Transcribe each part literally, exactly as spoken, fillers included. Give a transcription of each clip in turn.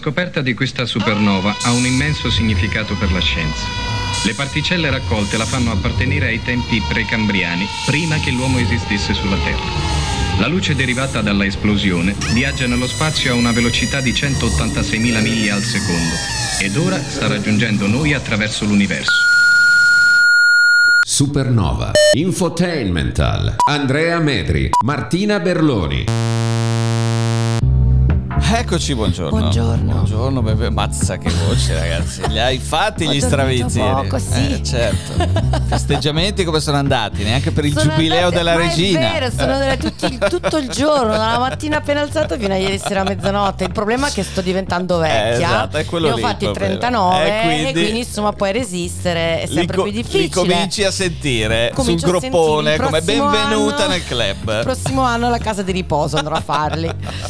scoperta di questa supernova ha un immenso significato per la scienza. Le particelle raccolte la fanno appartenere ai tempi precambriani, prima che l'uomo esistesse sulla Terra. La luce derivata dalla esplosione viaggia nello spazio a una velocità di centottantaseimila miglia al secondo ed ora sta raggiungendo noi attraverso l'universo. Supernova, Infotainmental, Andrea Medri, Martina Berloni. Eccoci, buongiorno. Buongiorno. Buongiorno, bebe. Mazza che voce, ragazzi. Li hai fatti gli stravizi ieri? Poco, sì. Eh, certo. Festeggiamenti come sono andati? Neanche per il sono giubileo andate, della ma regina. È vero, sono andate tutti, tutto il giorno, dalla mattina appena alzata fino a ieri sera a mezzanotte. Il problema è che sto diventando vecchia. Eh, esatto, è quello ne ho lì fatti il trentanove eh, quindi, e quindi insomma poi resistere è sempre li, più difficile. Li cominci a sentire Comincio sul a groppone sentire, come benvenuta anno, nel club. Il prossimo anno la casa di riposo andrò a farli.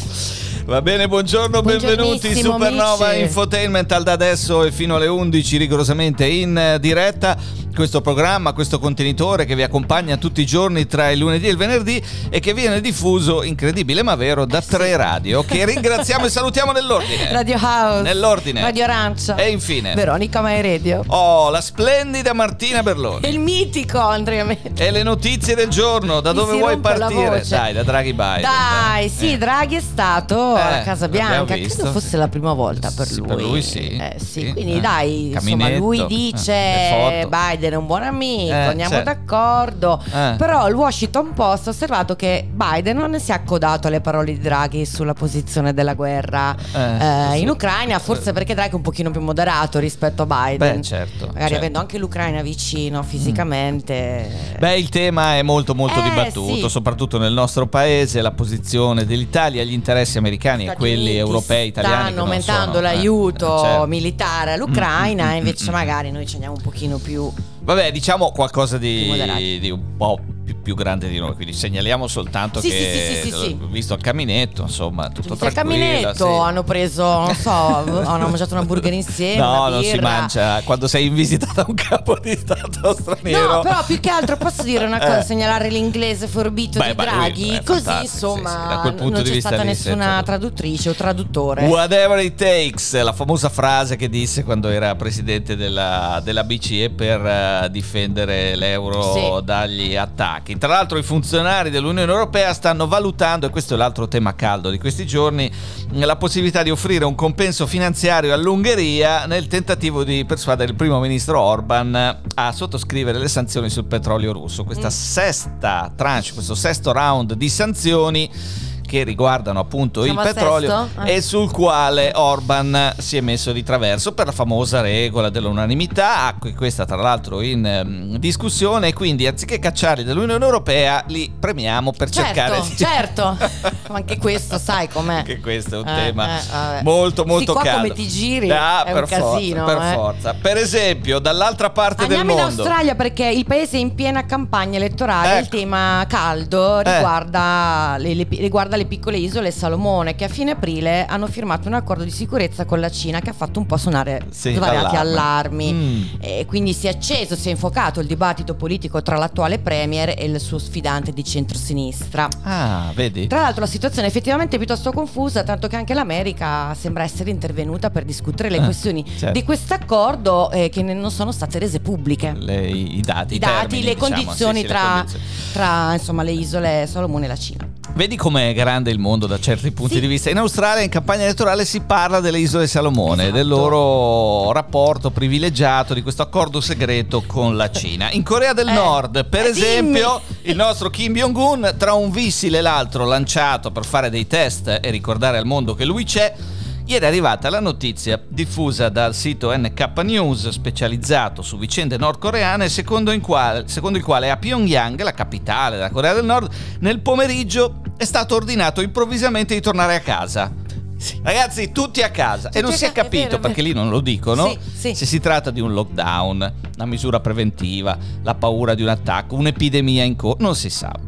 Va bene, buongiorno, benvenuti in Supernova amici. Infotainmental da adesso e fino alle undici rigorosamente in diretta. Questo programma, questo contenitore che vi accompagna tutti i giorni tra il lunedì e il venerdì e che viene diffuso, incredibile ma vero, da tre radio che ringraziamo e salutiamo nell'ordine. Radio House, nell'ordine. Radio Arancia e infine Veronica My Radio. Oh, la splendida Martina Berloni. E il mitico Andrea Medri. E le notizie del giorno, da Mi dove si vuoi rompe la partire? voce. Dai, da Draghi Biden. Dai, sì, Eh. Draghi è stato Eh, alla Casa Bianca, abbiamo visto, credo fosse sì. la prima volta per Sì, lui. per lui sì. Eh, sì, Sì, quindi eh. dai, insomma, Caminetto, lui eh, dice le foto. Biden è un buon amico, Eh, andiamo certo. d'accordo. Eh. Però il Washington Post ha osservato che Biden non si è accodato alle parole di Draghi sulla posizione della guerra Eh, eh, sì. in Ucraina, forse perché Draghi è un pochino più moderato rispetto a Biden. Beh, certo. Magari certo. avendo anche l'Ucraina vicino fisicamente. Beh, il tema è molto molto Eh, dibattuto, sì. soprattutto nel nostro paese, la posizione dell'Italia, gli interessi americani e Stati quelli Uniti europei, italiani che stanno non aumentando sono, eh, l'aiuto certo. militare all'Ucraina, Mm, mm, mm, invece mm, magari noi ci andiamo un pochino più. Vabbè, diciamo qualcosa Più di, moderati. di un po' più, più grande di noi, quindi segnaliamo soltanto Sì, che sì, sì, sì, sì, sì. visto il caminetto, insomma, tutto Il tranquillo. caminetto, sì. hanno preso, non so, hanno mangiato una burger insieme. No, una non si birra. mangia quando sei in visita da un capo di stato straniero. No, però più che altro posso dire una cosa, Eh. segnalare l'inglese forbito Beh, di beh, lui Draghi, è così fantastico, insomma sì, sì, da quel punto non di c'è vista stata lì, nessuna senza- traduttrice o traduttore. Whatever it takes, la famosa frase che disse quando era presidente della, della B C E per eh, difendere l'euro Sì. dagli attacchi. Tra l'altro i funzionari dell'Unione Europea stanno valutando, e questo è l'altro tema caldo di questi giorni, la possibilità di offrire un compenso finanziario all'Ungheria nel tentativo di persuadere il primo ministro Orban a sottoscrivere le sanzioni sul petrolio russo. Questa Mm. sesta tranche, questo sesto round di sanzioni che riguardano appunto Siamo il al petrolio sesto? Eh. e sul quale Orban si è messo di traverso per la famosa regola dell'unanimità, che questa tra l'altro in ehm, discussione, e quindi anziché cacciarli dall'Unione Europea li premiamo per Certo, cercare di... certo. Ma anche questo sai com'è. Anche questo è un Eh, tema eh, vabbè. molto molto Sì, qua caldo. come ti giri Ah, è per un forza, casino, per eh. forza. Per esempio, dall'altra parte Andiamo del in mondo. Australia perché il paese è in piena campagna elettorale. Ecco. Il tema caldo riguarda, le, le- riguarda le piccole isole Salomone, che a fine aprile hanno firmato un accordo di sicurezza con la Cina che ha fatto un po' suonare Sì, svariati l'allarme. allarmi. Mm. E quindi si è acceso, si è infuocato il dibattito politico tra l'attuale premier e il suo sfidante di centrosinistra. Ah, vedi? Tra l'altro la situazione è effettivamente piuttosto confusa, tanto che anche l'America sembra essere intervenuta per discutere le Ah, questioni certo. di quest'accordo eh, che ne- non sono state rese pubbliche. Le- I dati, I dati, termini, le diciamo, condizioni sì, sì, le tra, condizioni. tra insomma le isole Salomone e la Cina. Vedi com'è grande il mondo da certi punti Sì. di vista. In Australia in campagna elettorale si parla delle isole Salomone, Esatto. del loro rapporto privilegiato, di questo accordo segreto con la Cina. In Corea del Eh, Nord, per eh, esempio, dimmi. il nostro Kim Jong-un, tra un missile e l'altro lanciato per fare dei test e ricordare al mondo che lui c'è, ieri è arrivata la notizia diffusa dal sito N K News, specializzato su vicende nordcoreane, secondo, in quale, secondo il quale a Pyongyang, la capitale della Corea del Nord, nel pomeriggio è stato ordinato improvvisamente di tornare a casa. Sì. Ragazzi, tutti a casa. Tutti e non a si è ca- è capito, vero, è perché vero. lì non lo dicono, Sì, sì. se si tratta di un lockdown, una misura preventiva, la paura di un attacco, un'epidemia in corso, non si sa.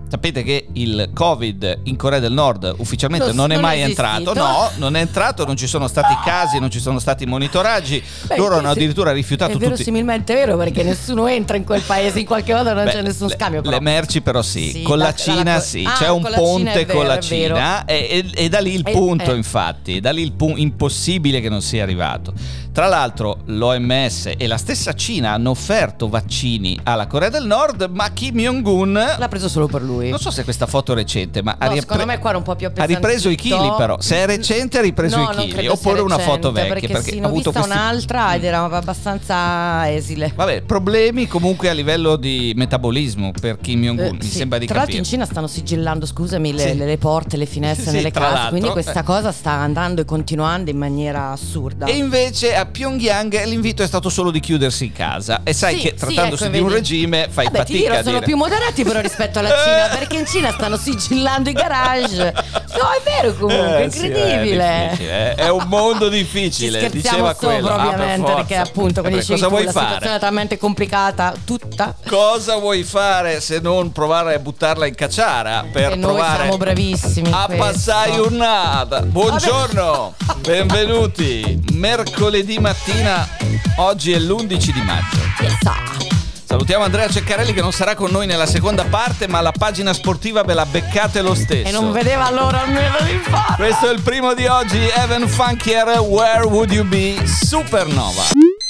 Sapete che il Covid in Corea del Nord ufficialmente non, non è non mai è entrato. No, non è entrato, non ci sono stati casi, non ci sono stati monitoraggi. Beh, Loro hanno sì, addirittura rifiutato è tutti. verosimilmente vero, perché nessuno entra in quel paese, in qualche modo non Beh, c'è nessun le, scambio. Però. Le merci però sì, Sì, con da- la Cina dalla- sì, ah, c'è un con la Cina ponte è vero, con la è vero. Cina e, e- e da lì il Eh, punto eh. infatti, da lì il punto impossibile che non sia arrivato. Tra l'altro l'O M S e la stessa Cina hanno offerto vaccini alla Corea del Nord, ma Kim Jong-un L'ha preso solo per lui. non so se questa foto è recente, ma ha, No, riappre- secondo me qua era un po' più ha ripreso i chili però. Se è recente ha ripreso no, i non chili, credo oppure sia una recente, foto vecchia, perché, perché sì, ha ne ho avuto vista questi... un'altra ed era abbastanza esile. Vabbè, problemi comunque a livello di metabolismo per Kim Jong-un, Eh, mi sì. sembra di Tra l'altro capire. in Cina stanno sigillando, scusami, le, Sì. le- le porte, le finestre Sì, nelle tra case, l'altro, quindi questa eh. cosa sta andando e continuando in maniera assurda. E invece a Pyongyang l'invito è stato solo di chiudersi in casa. E sai Sì, che sì, trattandosi ecco, di un vedi. regime fai Vabbè, ti fatica dirò, a sono dire. più moderati però rispetto alla Cina, perché in Cina stanno sigillando i garage. No, è vero comunque, Eh, sì, incredibile. è, difficile, eh. È un mondo Ci difficile, scherziamo diceva sopra quello. Ah, per ovviamente, forza. perché appunto come Eh, dicevi cosa tu, vuoi la fare? situazione è talmente complicata tutta Cosa vuoi fare se non provare a buttarla in cacciara per e noi provare siamo bravissimi in a questo. passare un'ada. Buongiorno, benvenuti. Mercoledì mattina, oggi è l'undici di maggio. Chissà. Salutiamo Andrea Ceccarelli che non sarà con noi nella seconda parte, ma la pagina sportiva ve la beccate lo stesso. E non vedeva l'ora almeno di farlo. Questo è il primo di oggi, Evan Funkier, Where Would You Be, Supernova.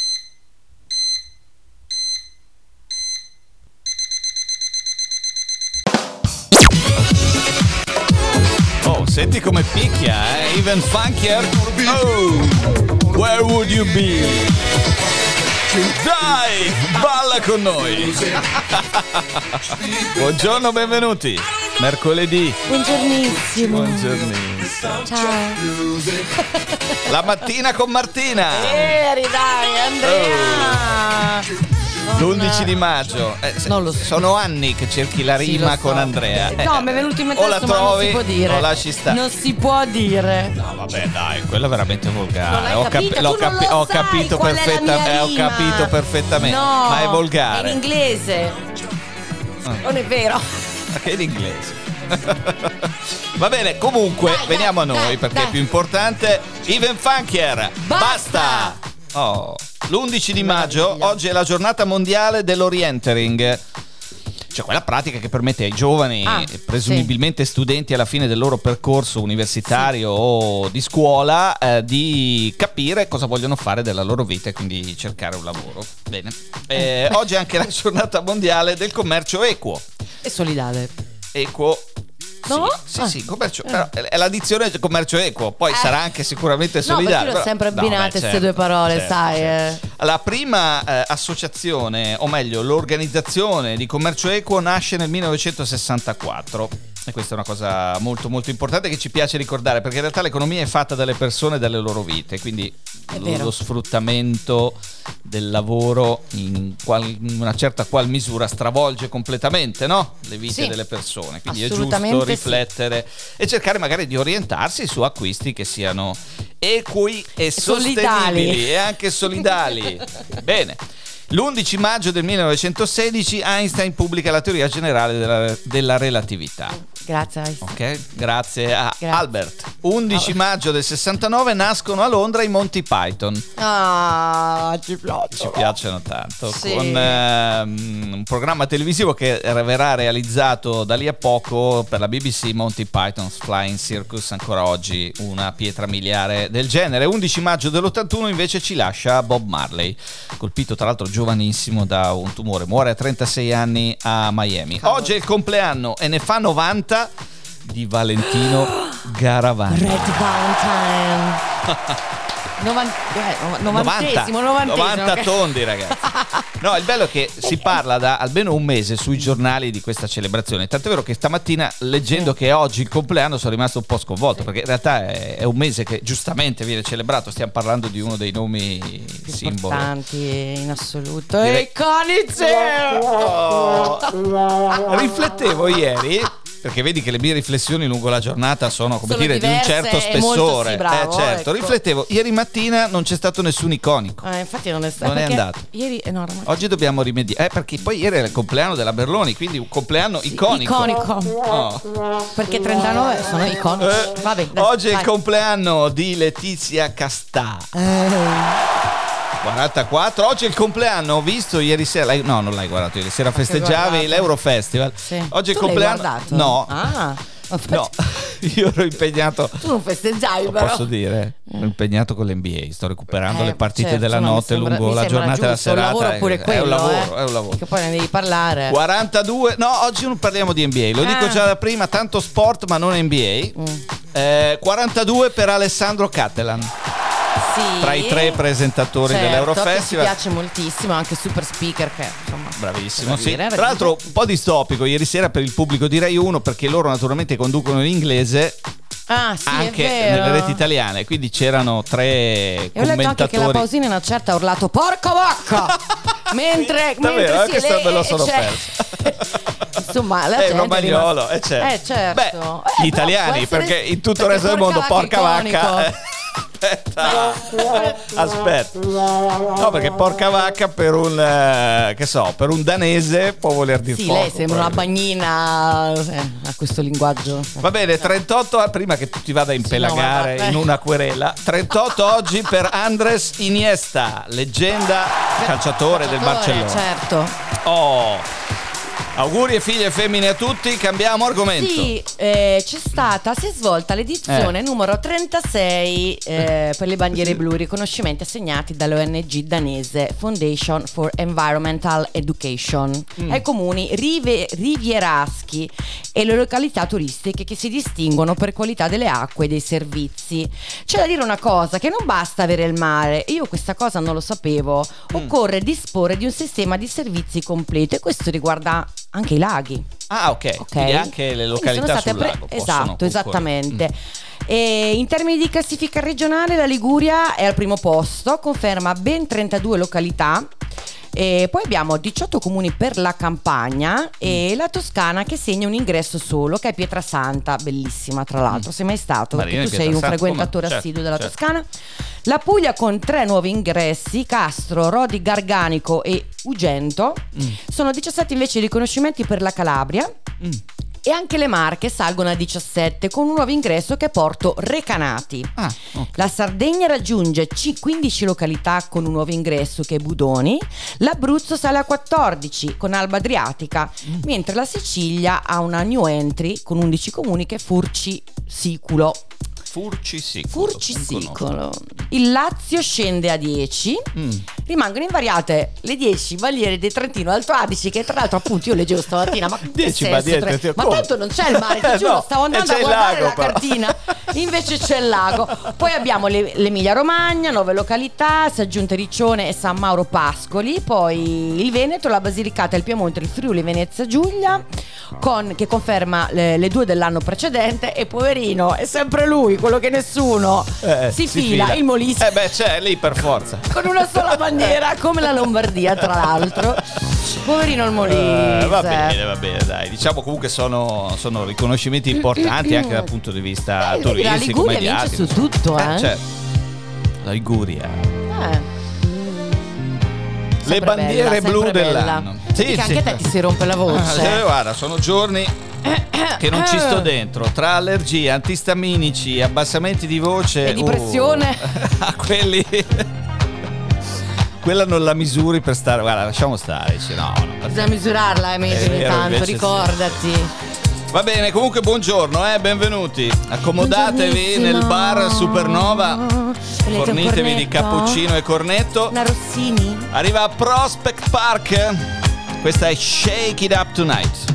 Oh, senti come picchia, eh? Evan Funkier. Oh, Where Would You Be? Dai, balla con noi. Buongiorno, benvenuti. Mercoledì. Buongiornissimo. Buongiornissimo. Ciao. La mattina con Martina. Ieri dai, Andrea. L'undici di maggio. Eh, se- Non lo so. Sono anni che cerchi la Sì, rima lo so. con Andrea. Eh, No, mi è venuto in mente O la adesso, ma non trovi, si può dire. o lasci stare. Non si può dire. No, vabbè, dai, quello è veramente Non volgare. l'hai Ho, capita? l'ho Tu non capi- lo ho sai capito qual è la perfettamente. mia Ho rima. capito perfettamente. No, ma è volgare. è in inglese. Non è vero. Ma che in inglese? Va bene, comunque Dai, veniamo dai, a noi dai, perché dai. è più importante. Even Funkier, Basta! Oh, l'undici di maggio, Meraviglia. oggi è la giornata mondiale dell'orientering. Cioè quella pratica che permette ai giovani, Ah, presumibilmente studenti alla fine del loro percorso universitario o di scuola, eh, di capire cosa vogliono fare della loro vita e quindi cercare un lavoro. Bene. Eh, oggi è anche la giornata mondiale del commercio equo. E solidale. Equo. No? Sì, sì, Ah. sì, commercio, Eh. però è l'addizione del commercio equo, poi Eh. sarà anche sicuramente No, solidale. perché l'ho però- sempre No, abbinate beh, queste certo, due parole, certo, sai. certo. eh. La prima eh, associazione, o meglio l'organizzazione di commercio equo nasce nel millenovecentosessantaquattro e questa è una cosa molto molto importante che ci piace ricordare perché in realtà l'economia è fatta dalle persone e dalle loro vite, quindi È lo, vero. lo sfruttamento del lavoro in, qual- in una certa qual misura stravolge completamente, no? Le vite Sì. delle persone, quindi è giusto Assolutamente sì. riflettere e cercare magari di orientarsi su acquisti che siano equi e solidali. sostenibili e anche solidali. Bene. L'undici maggio del millenovecentosedici Einstein pubblica la teoria generale della, della relatività. Grazie. Einstein. Ok? Grazie a Grazie. Albert. undici maggio del sessantanove nascono a Londra i Monty Python. Ah, ci piace. Ci piacciono tanto. Sì. Con ehm, un programma televisivo che verrà realizzato da lì a poco per la B B C, Monty Python's Flying Circus, ancora oggi una pietra miliare del genere. undici maggio dell'ottantuno invece ci lascia Bob Marley, colpito tra l'altro giovanissimo da un tumore, muore a trentasei anni a Miami. Oggi è il compleanno e ne fa novanta di Valentino Garavaglia. Red Valentine. Novan- eh, novantesimo, novantesimo, novanta ok. tondi, ragazzi. No, il bello è che si parla da almeno un mese sui giornali di questa celebrazione. Tant'è vero che stamattina, leggendo che è oggi il compleanno, sono rimasto un po' sconvolto, perché in realtà è, è un mese che giustamente viene celebrato. Stiamo parlando di uno dei nomi Più simbolo. importanti in assoluto. Direi- E Conizio! Oh. Riflettevo ieri perché vedi che le mie riflessioni lungo la giornata sono, come Sono dire, di un certo diverse e molto, spessore. sì, bravo, eh, certo, ecco. riflettevo, ieri mattina non c'è stato nessun iconico. Eh, infatti non è stato. Non è perché andato. Ieri è enorme. Oggi dobbiamo rimediare, eh, perché poi ieri era il compleanno della Berloni, quindi un compleanno Sì, iconico. Iconico. Oh. Perché trentanove sono iconici. Eh, Vabbè, dai, oggi è dai. il compleanno di Letizia Castà. quarantaquattro. Oggi è il compleanno, ho visto ieri sera. L'hai, no, non l'hai guardato ieri sera, festeggiavi guardato. l'Eurofestival. Sì. Oggi è il Tu l'hai compleanno. guardato? No. Ah. No, io ero impegnato. Tu non festeggiavi, Lo però. posso dire? Ero impegnato con l'N B A, sto recuperando Eh, le partite certo, della no, mi notte sembra- lungo mi la sembra giornata e la giusto, un serata. lavoro pure è, quello, è un lavoro, eh. è un lavoro. Che poi ne devi parlare. quarantadue. No, oggi non parliamo di N B A, lo dico Ah. già da prima, tanto sport ma non N B A. Mm. Eh, quarantadue per Alessandro Cattelan, Sì. tra i tre presentatori Certo, dell'Eurofestival. che ci piace moltissimo, anche super speaker che insomma. Bravissimo, cosa sì. dire, Tra l'altro un po' distopico ieri sera per il pubblico di Rai uno, perché loro naturalmente conducono in inglese Ah, sì, anche è vero. nelle reti italiane, quindi c'erano tre E ho letto anche che la commentatori. Pausini una certa ha urlato porca vacca mentre, Davvero, mentre eh, si questa lei- me lo sono cioè- perso. Insomma, la È gente romagnolo, rimasta- eh, certo. Eh, certo. Beh, Eh, gli però può italiani, essere- perché in tutto il perché resto del mondo porca vacca. iconico. eh, Aspetta, aspetta. No, perché porca vacca per un eh, che so, per un danese può voler dire Sì, poco. lei sembra una probabilmente. bagnina eh, a questo linguaggio. Va bene, trentotto prima che tu ti vada a impelagare no, vabbè. in una querela. trentotto oggi per Andrés Iniesta, leggenda calciatore del Barcellona. Certo. Oh. Auguri e figlie femmine a tutti, cambiamo argomento. Sì, eh, c'è stata, si è svolta l'edizione Eh. numero trentasei eh, per le bandiere blu, riconoscimenti assegnati dall'O N G danese Foundation for Environmental Education Mm. ai comuni rive- rivieraschi e le località turistiche che si distinguono per qualità delle acque e dei servizi. C'è da dire una cosa, che non basta avere il mare, io questa cosa non lo sapevo, occorre disporre di un sistema di servizi completo e questo riguarda anche i laghi. Ah, ok. Ok. Quindi anche le Quindi località sono sul state appre- lago possono Esatto, concorrere. esattamente. Mm. E in termini di classifica regionale la Liguria è al primo posto, conferma ben trentadue località. E poi abbiamo diciotto comuni per la Campania e la Toscana che segna un ingresso solo, che è Pietrasanta, bellissima tra l'altro. Sei mai stato? Marina Perché tu di sei un Pietrasanta, frequentatore come? assiduo Certo, della certo. Toscana. La Puglia con tre nuovi ingressi, Castro, Rodi, Garganico e Ugento. Mm. Sono diciassette invece i riconoscimenti per la Calabria. Mm. E anche le Marche salgono a diciassette con un nuovo ingresso che è Porto Recanati. Ah, ok. La Sardegna raggiunge c- quindici località con un nuovo ingresso che è Budoni. L'Abruzzo sale a quattordici con Alba Adriatica, Mm. mentre la Sicilia ha una new entry con undici comuni che è Furci Siculo. Furci Sicolo. Furci non conosco. Sicolo. Il Lazio scende a dieci. Mm. Rimangono invariate le dieci bandiere del Trentino Alto Adige, che tra l'altro appunto io leggevo stamattina, ma che dieci senso, bandiere tre- del Trentino, ma come? tanto non c'è il mare, ti Eh, giuro, no, stavo e andando a c'è il guardare lago, la però. cartina, invece c'è il lago. Poi abbiamo le- l'Emilia Romagna, nove località, si è aggiunta Riccione e San Mauro Pascoli, poi il Veneto, la Basilicata, il Piemonte, il Friuli, Venezia Giulia, con, che conferma le, le due dell'anno precedente, e poverino, è sempre lui, quello che nessuno Eh, si, fila, il Molise. Eh beh, c'è lì per forza. Con una sola bandiera, come la Lombardia, tra l'altro. Poverino il Molise. Eh, va bene, va bene, dai. Diciamo comunque sono, sono riconoscimenti importanti anche dal punto di vista Eh, turistico. la Liguria vince mediatico. su tutto, eh. Cioè, la Liguria. Eh. Le Sempre bandiere bella, blu sempre bella. dell'anno. Vedi che anche a te ti si rompe la voce. Ah, eh, guarda, sono giorni che non ci sto dentro. Tra allergie, antistaminici, abbassamenti di voce E di pressione. uh, a quelli. Quella non la misuri per stare. Guarda, lasciamo stare. Dice, no, no, per- Bisogna misurarla, eh, Mesi, È ogni vero, tanto, invece sì. ricordati. Va bene, comunque buongiorno, eh, benvenuti. Accomodatevi Buongiornissimo. nel bar Supernova. Prendete un Fornitevi di cornetto. cappuccino e cornetto. Una Rossini. Arriva a Prospect Park. Questa è Shake It Up Tonight.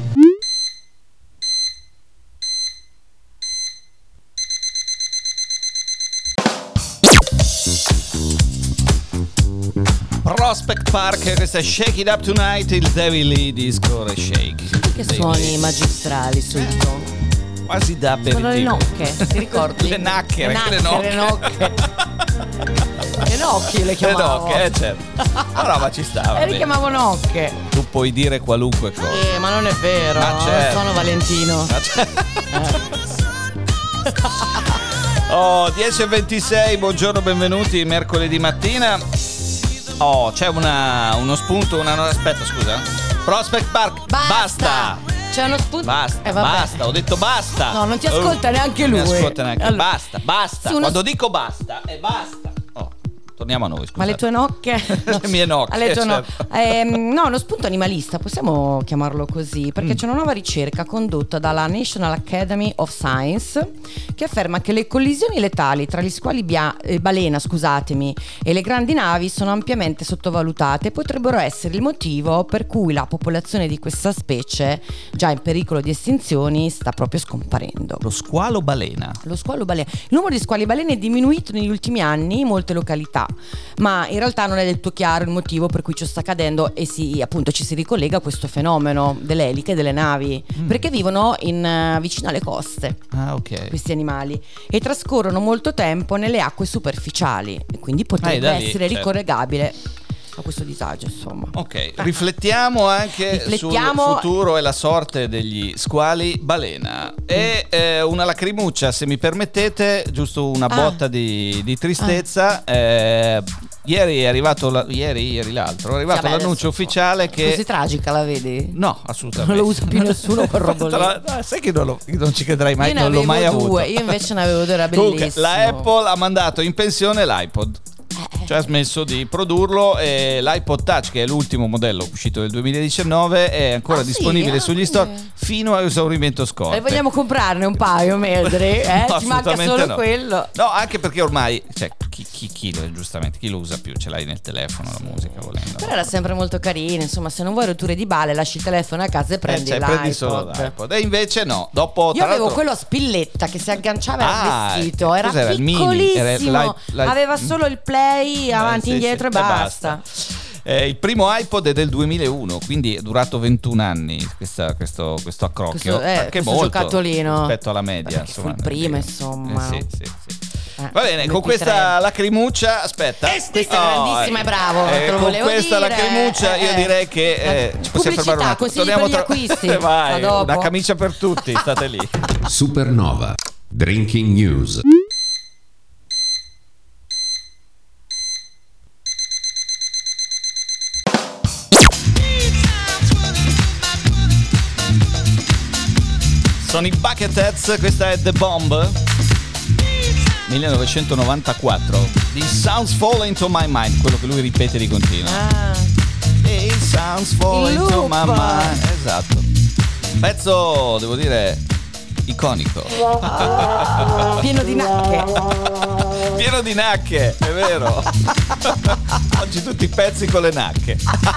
Prospect Park, questa è Shake It Up Tonight, il David Lee Disco Shake. Che David suoni Lee. magistrali subito. Quasi da Sono le aperitivo. nocche, ti ricordi? Le nacchere, le, le nacche, nocche. le nocche. Le nocche le chiamavo. Le nocche, eh certo. No, ma ci stava. E le chiamavo nocche. Tu puoi dire qualunque cosa. Eh, ma non è vero. Ma certo. Sono Valentino. Ma certo. Oh, dieci e ventisei, buongiorno, benvenuti, mercoledì mattina. Oh, c'è una, uno spunto, una... Aspetta, scusa. Prospect Park, Basta. basta. C'è uno spunto. Basta, eh, vabbè. basta, ho detto basta. No, non ti ascolta Oh, neanche lui. Non mi ascolta neanche. Allora, Basta, basta. sì, uno... Quando dico basta, è basta. Oh, torniamo a noi, scusate. Ma le tue nocche? Le mie nocche, Le tue no... certo. eh, no, uno spunto animalista, possiamo chiamarlo così, perché Mm. c'è una nuova ricerca condotta dalla National Academy of Science che afferma che le collisioni letali tra gli squali bia- eh, balena, scusatemi, e le grandi navi sono ampiamente sottovalutate e potrebbero essere il motivo per cui la popolazione di questa specie, già in pericolo di estinzioni, sta proprio scomparendo. Lo squalo balena. Lo squalo balena. Il numero di squali balene è diminuito negli ultimi anni in molte località, ma in realtà non è del tutto chiaro il motivo per cui ciò sta accadendo e si, appunto ci si ricollega a questo fenomeno delle eliche e delle navi, Mm. perché vivono in, uh, vicino alle coste. Ah, ok. Questi animali e trascorrono molto tempo nelle acque superficiali e quindi Ah, potrebbe è da lì, essere certo. ricollegabile a questo disagio, insomma. Ok, riflettiamo anche Riflettiamo- sul futuro e la sorte degli squali balena. E eh, una lacrimuccia, se mi permettete, giusto una Ah. botta di, di tristezza. Eh, ieri è arrivato, la- ieri, ieri l'altro, è arrivato Vabbè, l'annuncio adesso- ufficiale che... Così tragica, la vedi? No, assolutamente. Non lo usa più nessuno quel robo lì. Tra- sai che non, lo- non ci crederai mai, Io ne non l'ho avevo mai due, avuto. io invece ne avevo due, era bellissimo. Comunque, la Apple ha mandato in pensione l'iPod. Cioè ha smesso di produrlo e l'iPod Touch, che è l'ultimo modello uscito nel duemiladiciannove, è ancora Ah, sì? disponibile Ah, sugli sì. store fino a esaurimento scorte. E vogliamo comprarne un paio, Medri? Eh? No, Ci manca assolutamente solo no. quello. No, anche perché ormai, cioè, chi, chi, chi lo, giustamente, chi lo usa più? Ce l'hai nel telefono la musica volendo. Però era sempre molto carino, insomma, se non vuoi rotture di balle lasci il telefono a casa e prendi Eh, cioè, l'iPod. prendi solo l'iPod. E invece no, dopo Io tra avevo l'altro- quello a spilletta che si agganciava Ah, al vestito, era cos'era, il mini? piccolissimo, Era l'i- l'i- aveva solo il play avanti Eh, e sì, indietro sì, e basta. Eh, il primo iPod è del duemilauno, quindi è durato ventuno anni questa- questo, questo accrocchio. Questo- eh, Anche questo molto giocattolino. rispetto alla media. Perché fu insomma, il primo, nel- insomma. Eh, sì, sì, sì. Eh, Va bene, con ventitré. questa lacrimuccia, aspetta. Questa è grandissima e bravo, te lo con volevo questa dire. lacrimuccia io Eh, direi che eh, eh. ci possiamo Pubblicità, fermare un attimo. consigli Torniamo per gli tra- acquisti. Vai, A dopo. una camicia per tutti, state lì. Supernova. Drinking News. Sono i Bucketheads, questa è The Bomb millenovecentonovantaquattro. This sounds fall into my mind, quello che lui ripete di continuo. Ah, It sounds fall Il into loop. my mind. Esatto. Pezzo, devo dire, iconico. pieno di nacche. Pieno di nacche, è vero. Oggi tutti i pezzi con le nacche.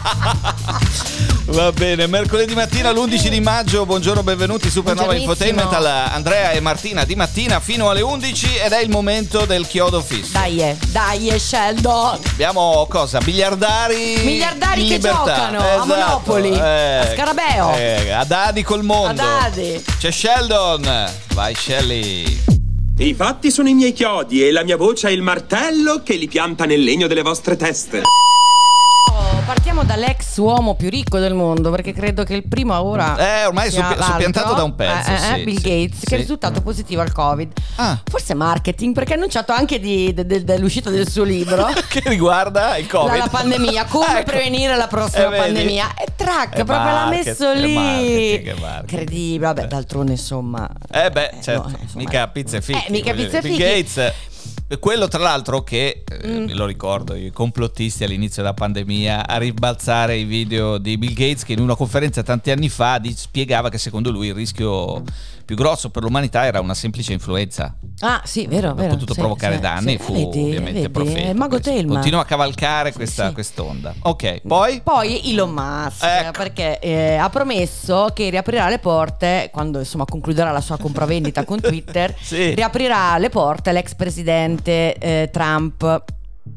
Va bene, mercoledì mattina l'undici di maggio, buongiorno, benvenuti Supernova Buongiornissimo. Infotainment, Andrea e Martina di mattina fino alle undici ed è il momento del chiodo fisso. Dai, eh, dai, eh, Sheldon. Abbiamo cosa? Miliardari Miliardari in che libertà. giocano a Esatto. Monopoli, Eh, a Scarabeo. eh, a dadi col mondo. A dadi. C'è Sheldon. Vai Shelly. I fatti sono i miei chiodi e la mia voce è il martello che li pianta nel legno delle vostre teste. Oh, partiamo dall'ex uomo più ricco del mondo, perché credo che il primo ora Eh, ormai è sia soppi- l'altro. soppiantato da un pezzo, Eh, eh, sì, Bill sì, Gates, sì. che è risultato positivo al Covid. Ah. Forse marketing, perché ha annunciato anche di, de- de- dell'uscita del suo libro. Che riguarda il Covid. La, la pandemia, come Ecco. prevenire la prossima Eh, vedi? pandemia. E track, È proprio l'ha market- messo è lì. marketing, è marketing. Incredibile, vabbè, d'altronde insomma. Eh beh, eh, certo, no, insomma, mica pizza e fichi. Eh, mica voglio pizza e dire. fichi. Bill Gates, eh, quello tra l'altro che, eh, Mm. me lo ricordo, i complottisti all'inizio della pandemia a ribalzare i video di Bill Gates che in una conferenza tanti anni fa di- spiegava che secondo lui il rischio più grosso per l'umanità era una semplice influenza. Ah, sì, vero, Ha vero. potuto sì, provocare sì, danni, sì. fu Vedi, ovviamente vedi, profetico. è il mago questo. Thelma. Continua a cavalcare questa sì. quest'onda. Ok, poi? Poi Elon Musk, Ecco. perché eh, ha promesso che riaprirà le porte quando insomma concluderà la sua compravendita con Twitter. Sì. Riaprirà le porte all'ex presidente eh, Trump.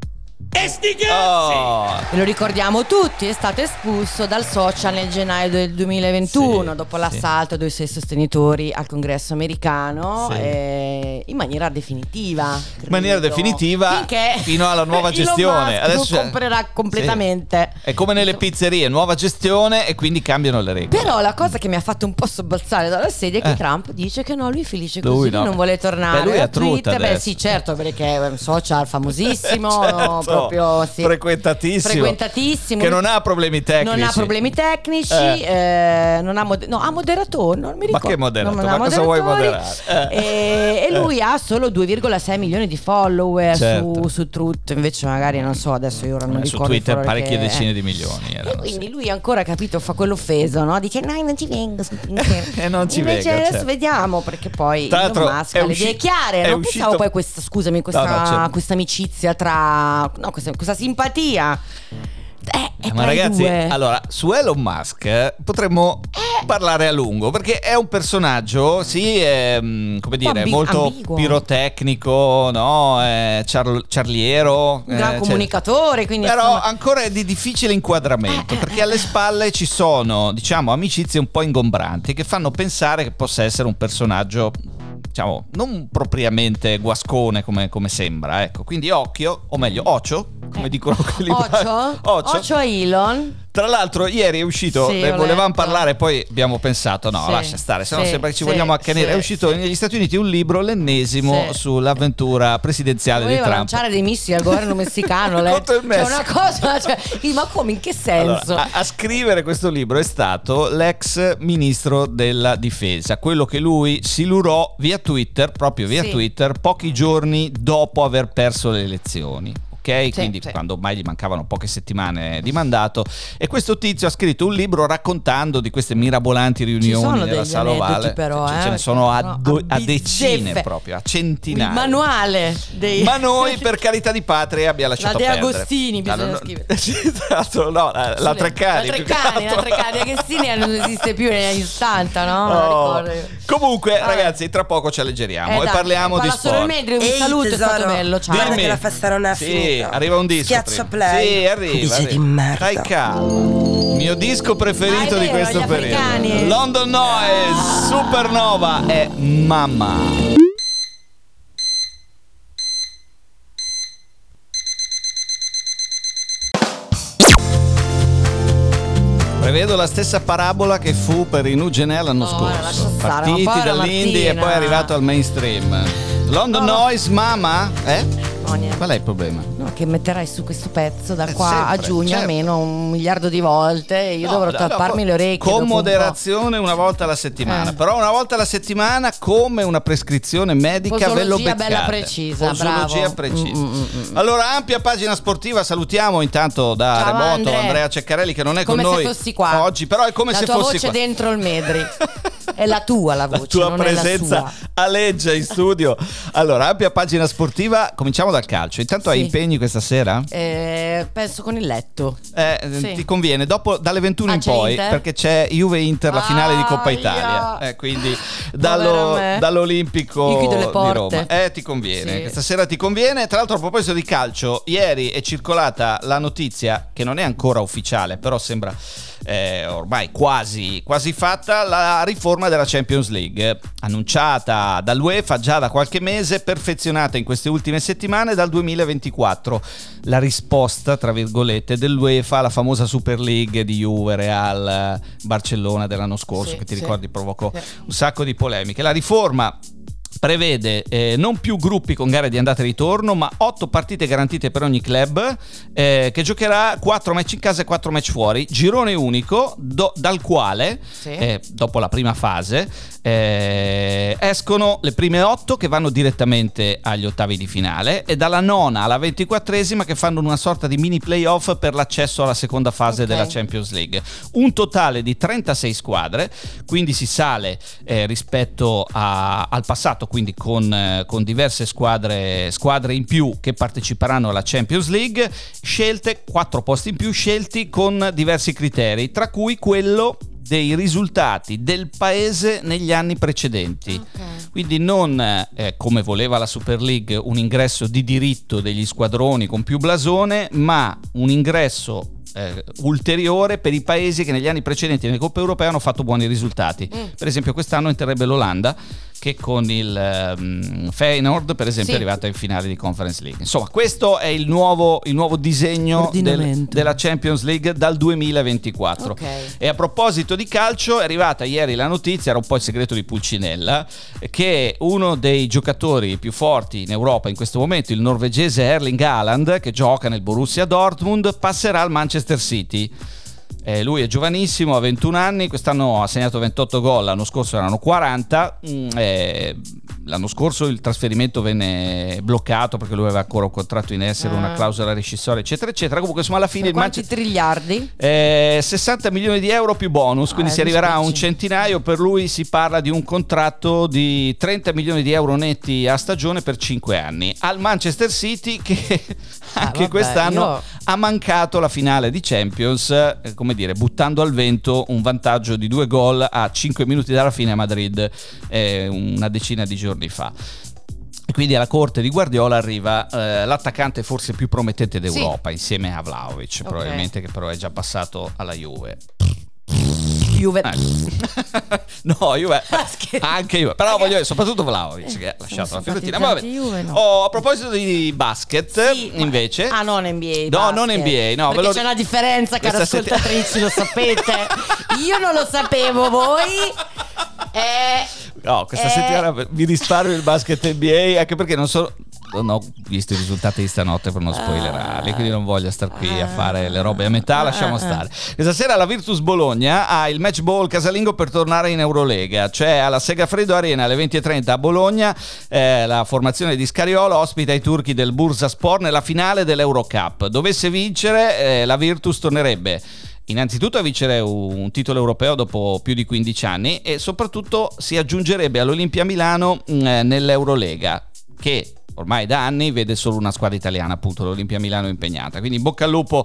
E sti cazzi! Oh. Ve lo ricordiamo tutti, è stato espulso dal social nel gennaio del duemilaventuno Sì, dopo l'assalto dei suoi sostenitori al congresso americano, Sì. eh, in maniera definitiva. In maniera credo. definitiva Finché fino alla nuova Elon gestione. Musk Adesso lo comprerà completamente. Sì. È come nelle pizzerie, nuova gestione e quindi cambiano le regole. Però la cosa che mi ha fatto un po' sobbalzare dalla sedia è che Eh. Trump dice che no, lui è felice così, Lui lui no. non vuole tornare Beh, lui è a truth Twitter. Beh adesso. sì, certo, perché è un social famosissimo, Certo. proprio sì. frequentatissimo, frequentatissimo. che non ha problemi tecnici. Non ha problemi tecnici, Eh. eh, non ha mod- no, ha moderatori, non mi Ma ricordo. che moderato? Non ha Ma cosa vuoi moderatori. moderare? E, e lui ha solo due virgola sei milioni di follower Certo. su, su Truth, invece magari non so, adesso io ora non Eh, su ricordo i Twitter follower parecchie che- decine eh. di milioni E erano, quindi sì. lui ancora, capito, fa quello offeso, no? Dice no, non ci vengo su Twitter. E non ci Invece vengo, adesso certo. vediamo, perché poi Tra l'altro Elon Musk è ha le usci- idee chiare, è no? uscito- Pensavo poi questa, scusami, questa, No, no, certo. questa amicizia tra, no, questa, questa simpatia. Eh, è Eh, ma tra i ragazzi, due. allora, su Elon Musk eh, potremmo parlare a lungo, perché è un personaggio, sì, è, mm, come dire, ambi- molto ambiguo. pirotecnico, no? È char- charliero. Un gran eh, cioè- comunicatore, quindi Però insomma- ancora è di difficile inquadramento, Eh, eh, perché alle spalle ci sono, diciamo, amicizie un po' ingombranti che fanno pensare che possa essere un personaggio, diciamo, non propriamente guascone come, come sembra, ecco. Quindi occhio, o meglio, ocio, come dicono quelli Ocio? Ocio. Ocio a Elon. Tra l'altro ieri è uscito, Sì, ne ho volevamo letto. parlare, poi abbiamo pensato no, Sì, lascia stare, se no sì, sembra che ci sì, vogliamo accanire. sì, È uscito sì. negli Stati Uniti un libro, l'ennesimo, Sì. sull'avventura presidenziale di Voleva Trump. lanciare dei missili al governo messicano. lei- Contro il Cioè Messico. una cosa, cioè, ma come, in che senso? Allora, a, a scrivere questo libro è stato l'ex ministro della difesa, quello che lui silurò via Twitter, proprio via Sì. Twitter, pochi giorni dopo aver perso le elezioni. Ok, Sì, quindi sì. quando ormai gli mancavano poche settimane di mandato, e questo tizio ha scritto un libro raccontando di queste mirabolanti riunioni sono nella degli Sala aneddoti Ovale. però, Cioè, eh, ce ne sono a, no, do- a a decine bizzeffe. proprio, a Il centinaia. manuale dei... Ma noi, per carità di patria, abbiamo lasciato La De perdere. Agostini bisogna no, no, scrivere. sì, esatto, no, la, la Treccani. La più che Treccani, la altro. Treccani, che Agostini non esiste più negli anni ottanta, no? Me la Oh. ricordo io. Comunque, Vabbè. ragazzi, tra poco ci alleggeriamo Eh, e dai, parliamo di parla solo il sport. Medri, un Ehi, saluto, è stato tesoro, bello, ciao. guarda Dimmi. che la festa non è Sì, finita. arriva un disco. Schiaccia prima. play. Sì, arriva. Dice arriva. di merda. Stai calmo. Mio disco preferito Ah, è di vero, questo gli periodo. africani. London Noise, Supernova e Mamma. Prevedo la stessa parabola che fu per i Nugenè l'anno No, guarda, lascia scorso. stare, ma Partiti povera dall'indie e Martina. poi arrivato al mainstream. London No, no. Noise, Mamma? Eh? No, niente. Qual è il problema? No, che metterai su questo pezzo da Eh, qua sempre, a giugno certo. almeno un miliardo di volte e io No, dovrò no, tapparmi no, le orecchie con dopo un po'. moderazione una volta alla settimana, Eh. però una volta alla settimana come una prescrizione medica ve lo Posologia beccate. bella precisa, Posologia bravo. precisa. Mm, mm, mm, mm. Allora, ampia pagina sportiva, salutiamo intanto da Ciao, remoto Andre. Andrea Ceccarelli che non è Come con se noi fossi qua. oggi, però è come la se tua fossi voce qua. dentro il Medri. È la tua la voce, La tua non presenza è la sua. aleggia in studio. Allora, ampia pagina sportiva, cominciamo dal calcio. Intanto hai Sì. impegni questa sera? Eh, penso con il letto. Eh, Sì. Ti conviene dopo dalle ventuno Ah, in c'è poi Inter? perché c'è Juve-Inter la finale di Coppa Aia. Italia, eh, quindi Povera dallo, me. dall'Olimpico Io chiudo le di porte. Roma. Eh, ti conviene, Sì. questa sera ti conviene. Tra l'altro, a proposito di calcio, ieri è circolata la notizia che non è ancora ufficiale, però sembra eh, ormai quasi, quasi fatta, la riforma della Champions League, annunciata dall'UEFA già da qualche mese, perfezionata in queste ultime settimane dal duemilaventiquattro. La risposta, tra virgolette, dell'UEFA alla famosa Super League di Juve, Real, Barcellona dell'anno scorso, Sì, che ti sì. ricordi provocò Sì. un sacco di polemiche. La riforma prevede eh, non più gruppi con gare di andata e ritorno, ma otto partite garantite per ogni club, eh, che giocherà quattro match in casa e quattro match fuori, girone unico, do- dal quale Sì. eh, dopo la prima fase eh, escono le prime otto che vanno direttamente agli ottavi di finale, e dalla nona alla ventiquattresima che fanno una sorta di mini playoff per l'accesso alla seconda fase Ok. della Champions League. Un totale di trentasei squadre, quindi si sale eh, rispetto a- al passato, quindi con, eh, con diverse squadre, squadre in più che parteciperanno alla Champions League, scelte, quattro posti in più scelti con diversi criteri, tra cui quello dei risultati del paese negli anni precedenti. Ok. quindi non eh, come voleva la Super League un ingresso di diritto degli squadroni con più blasone, ma un ingresso Eh, ulteriore per i paesi che negli anni precedenti nelle Coppe Europee hanno fatto buoni risultati. Mm. Per esempio quest'anno entrerebbe l'Olanda, che con il um, Feyenoord per esempio sì. è arrivata in finale di Conference League. Insomma, questo è il nuovo, il nuovo disegno del, della Champions League dal duemilaventiquattro. Okay. E a proposito di calcio, è arrivata ieri la notizia, era un po' il segreto di Pulcinella, che uno dei giocatori più forti in Europa in questo momento, il norvegese Erling Haaland, che gioca nel Borussia Dortmund, passerà al Manchester City. Eh, lui è giovanissimo, ha ventuno anni, quest'anno ha segnato ventotto gol, l'anno scorso erano quaranta. Eh, l'anno scorso il trasferimento venne bloccato perché lui aveva ancora un contratto in essere, ah. una clausola rescissoria, eccetera, eccetera. Comunque, insomma, alla fine per il quanti Manchester... triliardi? Eh, sessanta milioni di euro più bonus, quindi ah, si arriverà a un centinaio. Per lui si parla di un contratto di trenta milioni di euro netti a stagione per cinque anni al Manchester City, che ah, anche vabbè, quest'anno io... ha mancato la finale di Champions, eh, come dire, buttando al vento un vantaggio di due gol a cinque minuti dalla fine a Madrid eh, una decina di giorni fa. E quindi alla corte di Guardiola arriva eh, l'attaccante forse più promettente d'Europa, sì. insieme a Vlahovic, okay. probabilmente, che però è già passato alla Juve. Juve. Eh. No, Juve. Anche Juve. Però voglio soprattutto Vlahovic, che ha lasciato la Fiorentina. Ma vabbè. Juve, no. Oh, a proposito di basket, sì, invece. Ah, non N B A. No, basket. non N B A. No, perché lo... c'è una differenza, cari ascoltatrici, sett... lo sapete. Io non lo sapevo, voi. Eh, no, questa eh... settimana vi risparmio il basket N B A, anche perché non so. Non ho visto i risultati di stanotte per non spoilerarli, quindi non voglio star qui a fare le robe a metà, lasciamo stare. Questa sera la Virtus Bologna ha il match ball casalingo per tornare in Eurolega, cioè alla Segafredo Arena alle venti e trenta a Bologna. Eh, la formazione di Scariolo ospita i turchi del Bursaspor nella finale dell'Eurocup. Dovesse vincere, eh, la Virtus tornerebbe innanzitutto a vincere un titolo europeo dopo più di quindici anni e soprattutto si aggiungerebbe all'Olimpia Milano mh, nell'Eurolega, che ormai da anni vede solo una squadra italiana, appunto l'Olimpia Milano impegnata. Quindi in bocca al lupo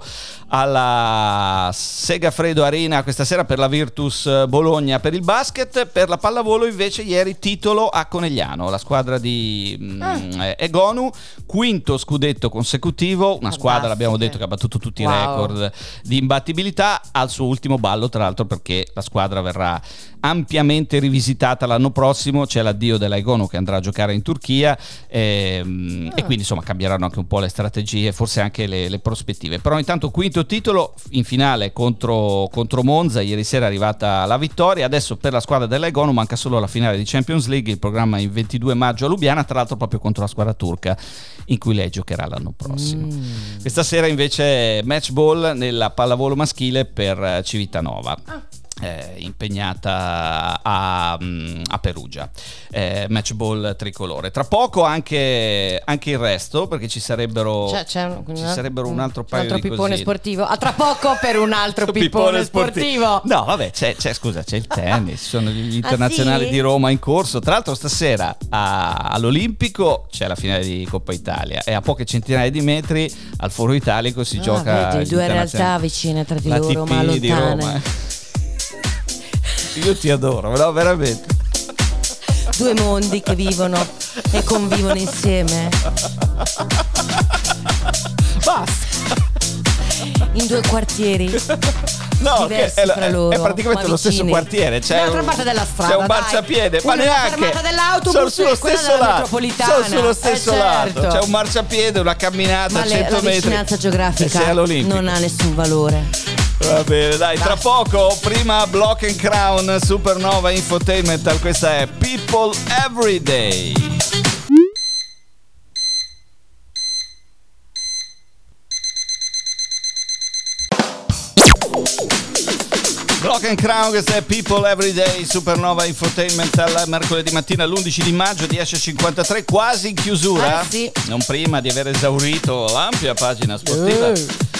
alla Segafredo Arena questa sera per la Virtus Bologna per il basket. Per la pallavolo invece ieri titolo a Conegliano, la squadra di ah. mh, Egonu, quinto scudetto consecutivo, una squadra, l'abbiamo detto, che ha battuto tutti wow. i record di imbattibilità, al suo ultimo ballo tra l'altro, perché la squadra verrà ampiamente rivisitata l'anno prossimo. C'è l'addio della Egonu che andrà a giocare in Turchia e, ah. e quindi insomma cambieranno anche un po' le strategie, forse anche le, le prospettive. Però intanto quinto titolo in finale contro, contro Monza, ieri sera è arrivata la vittoria. Adesso per la squadra della Egonu manca solo la finale di Champions League, il programma è il ventidue maggio a Lubiana, tra l'altro proprio contro la squadra turca in cui lei giocherà l'anno prossimo. Mm. Questa sera invece match ball nella pallavolo maschile per Civitanova. Ah. Eh, impegnata a, a Perugia, eh, match ball tricolore. Tra poco anche, anche il resto, perché ci sarebbero c'è, c'è un, ci sarebbero un altro paio un altro di pippone cosine. sportivo. A tra poco per un altro pippone, pippone sportivo. sportivo. No, vabbè, c'è, c'è scusa, c'è il tennis, ci sono gli internazionali ah, sì? di Roma in corso. Tra l'altro stasera a, all'Olimpico c'è la finale di Coppa Italia e a poche centinaia di metri al Foro Italico si ah, gioca vedi, due realtà vicine tra di la loro, T P ma lontane. Di Roma, eh. Io ti adoro, no, veramente. Due mondi che vivono e convivono insieme. Basta. In due quartieri no, diversi è, fra loro, è praticamente lo stesso quartiere. C'è dall'altra un, parte della strada, c'è un marciapiede, ma neanche. La fermata dell'autobus sono sullo stesso lato. Sono sullo stesso eh, lato. certo. C'è un marciapiede, una camminata a cento la metri. La vicinanza geografica non ha nessun valore. Va bene, dai, tra poco, prima Block and Crown, Supernova Infotainment, questa è People Everyday. Block and Crown, questa è People Everyday, Supernova Infotainment al mercoledì mattina l'undici di maggio, dieci e cinquantatré, quasi in chiusura, eh, sì. non prima di aver esaurito l'ampia pagina sportiva. Uh.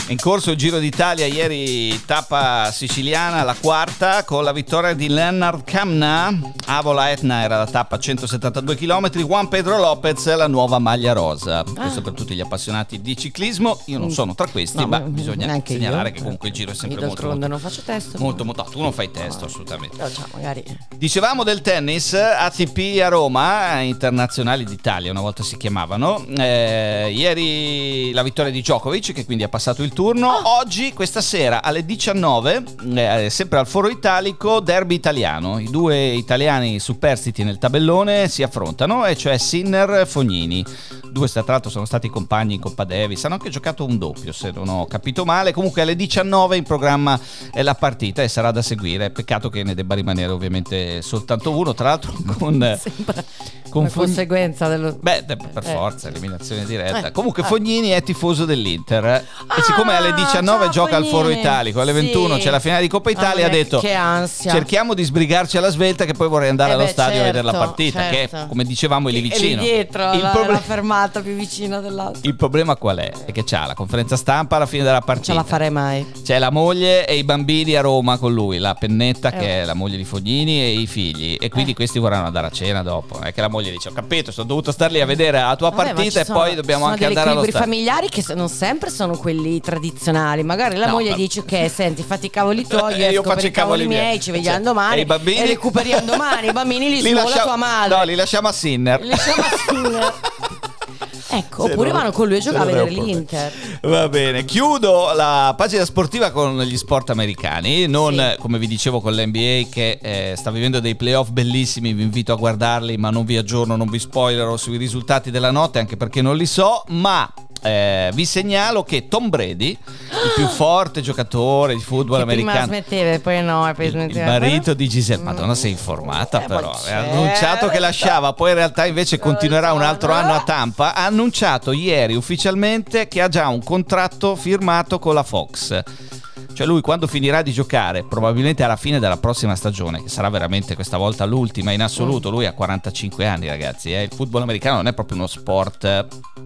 In corso il Giro d'Italia, ieri tappa siciliana, la quarta, con la vittoria di Lennart Kamna. Avola Etna era la tappa centosettantadue chilometri. Juan Pedro Lopez, la nuova maglia rosa. Ah. Questo per tutti gli appassionati di ciclismo. Io non sono tra questi, no, ma bisogna segnalare io. Che comunque il Giro è sempre io molto, molto, non faccio testo. Molto, molto, no, tu non fai testo, assolutamente. No, cioè, magari. Dicevamo del tennis, A T P a Roma, internazionali d'Italia una volta si chiamavano. Eh, ieri la vittoria di Djokovic, che quindi ha passato il turno. Oh. Oggi, questa sera alle diciannove, eh, sempre al Foro Italico, derby italiano. I due italiani superstiti nel tabellone si affrontano, e cioè Sinner e Fognini. Due tra l'altro sono stati compagni in Coppa Davis, hanno anche giocato un doppio se non ho capito male. Comunque alle diciannove in programma è la partita e sarà da seguire. Peccato che ne debba rimanere ovviamente soltanto uno, tra l'altro con, con una Fogn... conseguenza dello... Beh, per eh. forza, eliminazione diretta. Eh. Comunque ah. Fognini è tifoso dell'Inter e ah, siccome alle diciannove ciao, gioca Fognini. al Foro Italico, alle ventuno sì. c'è la finale di Coppa Italia, ah, ha detto che ansia. cerchiamo di sbrigarci alla svelta, che poi vorrei andare eh allo beh, stadio certo, a vedere la partita, certo. che come dicevamo è lì vicino. È lì dietro, il la, proble- la fermata più vicina dell'altro. Il problema qual è? È che c'ha la conferenza stampa alla fine della partita. Non ce la farei mai. C'è la moglie e i bambini a Roma con lui, la Pennetta, eh. che è la moglie di Fognini, e i figli, e quindi eh. questi vorranno andare a cena dopo. È che la moglie dice: ho capito, sono dovuto star lì a vedere la tua Vabbè, partita e sono, poi dobbiamo anche andare allo stadio. Sono degli equilibri familiari che non sempre sono quelli tradizionali. Magari la no, moglie ma... dice: ok, senti, fatti i cavoli tuoi, io, io esco faccio per i cavoli miei, miei. ci vediamo Cioè, domani e i bambini e recuperiamo domani. I bambini li, li smola tua madre. No, li lasciamo a Sinner. Li lasciamo a Sinner. Ecco, Se oppure non, vanno con lui a giocare a vedere un l'Inter. Va bene, chiudo la pagina sportiva con gli sport americani. Non sì. come vi dicevo con l'N B A, che eh, sta vivendo dei playoff bellissimi. Vi invito a guardarli, ma non vi aggiorno, non vi spoilerò sui risultati della notte, anche perché non li so. Ma eh, vi segnalo che Tom Brady, il più forte giocatore di football che americano, prima smetteva e poi no, e poi il, smetteva. il marito di Giselle, Madonna, sei informata, eh, però certo. ha annunciato che lasciava, poi in realtà invece continuerà un altro anno a Tampa. Ha annunciato ieri ufficialmente che ha già un contratto firmato con la Fox. Cioè lui, quando finirà di giocare, probabilmente alla fine della prossima stagione, che sarà veramente questa volta l'ultima in assoluto, lui ha quarantacinque anni, ragazzi, eh. Il football americano non è proprio uno sport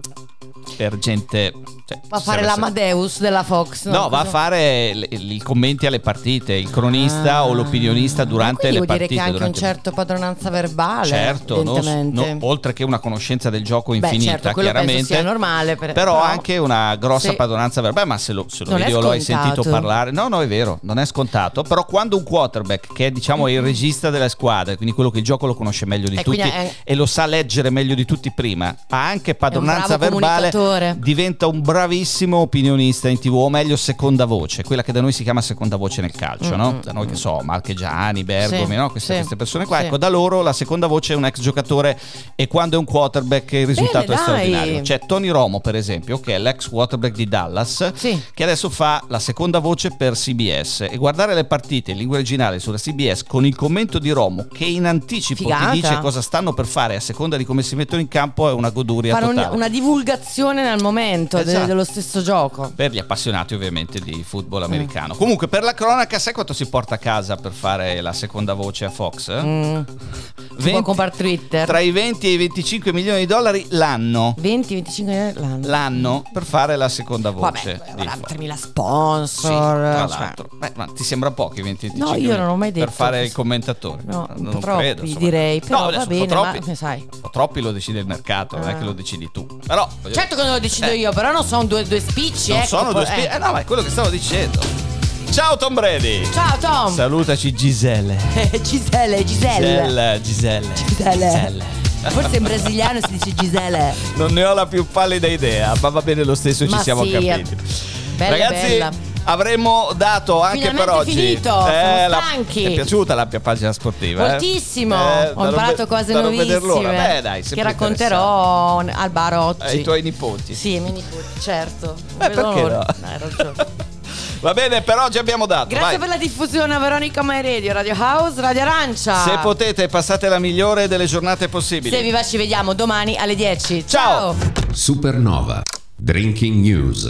per gente, cioè, va a fare l'Amadeus della Fox, no, no va a fare i commenti alle partite, il cronista ah. o l'opinionista durante le vuol partite. Vuol dire che anche durante... un certo padronanza verbale, certo, non, no, oltre che una conoscenza del gioco infinita. Beh, certo, chiaramente sia normale, per... però, però anche una grossa sì. padronanza verbale. Ma se lo, se lo vedi o lo hai sentito parlare, no no è vero, non è scontato. Però quando un quarterback, che è diciamo il regista della squadra, quindi quello che il gioco lo conosce meglio di e tutti è... e lo sa leggere meglio di tutti prima, ha anche padronanza verbale, diventa un bravissimo opinionista in tivù, o meglio seconda voce, quella che da noi si chiama seconda voce nel calcio, mm-hmm. no? Da noi che so, Marchegiani, Bergomi, sì, no? Queste, sì, queste persone qua, sì. Ecco, da loro la seconda voce è un ex giocatore, e quando è un quarterback il risultato Bene, è straordinario. dai. C'è Tony Romo, per esempio, che è l'ex quarterback di Dallas, sì. che adesso fa la seconda voce per C B S, e guardare le partite in lingua originale sulla C B S con il commento di Romo, che in anticipo Figata. ti dice cosa stanno per fare a seconda di come si mettono in campo, è una goduria fare totale. Un, una divulgazione nel momento esatto. de, dello stesso gioco, per gli appassionati ovviamente di football americano. Mm. Comunque, per la cronaca, sai quanto si porta a casa per fare la seconda voce a Fox? Mm. Si può comprare Twitter tra i venti e i venticinque milioni di dollari l'anno. venti venticinque l'anno l'anno per fare la seconda voce. Vabbè, tremila sponsor, sì, tra cioè. l'altro. Beh, ma ti sembra pochi venti No, io non ho mai detto per fare che... il commentatore? No, un non po' troppi, credo, direi, però no, va bene, troppi, ma sai, un po' troppi lo decide il mercato, ah. non è che lo decidi tu. Però certo che non lo decido eh. io, però non sono due, due spicci, non ecco, sono due eh. spicci, eh no, ma è quello che stavo dicendo. Ciao Tom Brady. Ciao Tom. Salutaci Giselle. Giselle, Giselle. Giselle, Giselle. Giselle. Giselle. Forse in brasiliano si dice Giselle. Non ne ho la più pallida idea, ma va bene lo stesso, ma ci siamo sì, capiti. Bella, Ragazzi, bella. avremo dato anche finalmente per oggi. Finito, eh, siamo stanchi. Ti è piaciuta la mia pagina sportiva? Moltissimo, eh? ho imparato cose da non veder l'ora. nuovissime Beh, dai, che racconterò al bar oggi. Ai tuoi nipoti. Sì, ai miei nipoti, certo. Beh, perché no? no hai ragione. Va bene, per oggi abbiamo dato. Grazie vai. per la diffusione a Veronica My Radio, Radio House, Radio Arancia. Se potete, passate la migliore delle giornate possibili. Se vi va, ci vediamo domani alle dieci. Ciao. Ciao. Supernova Drinking News.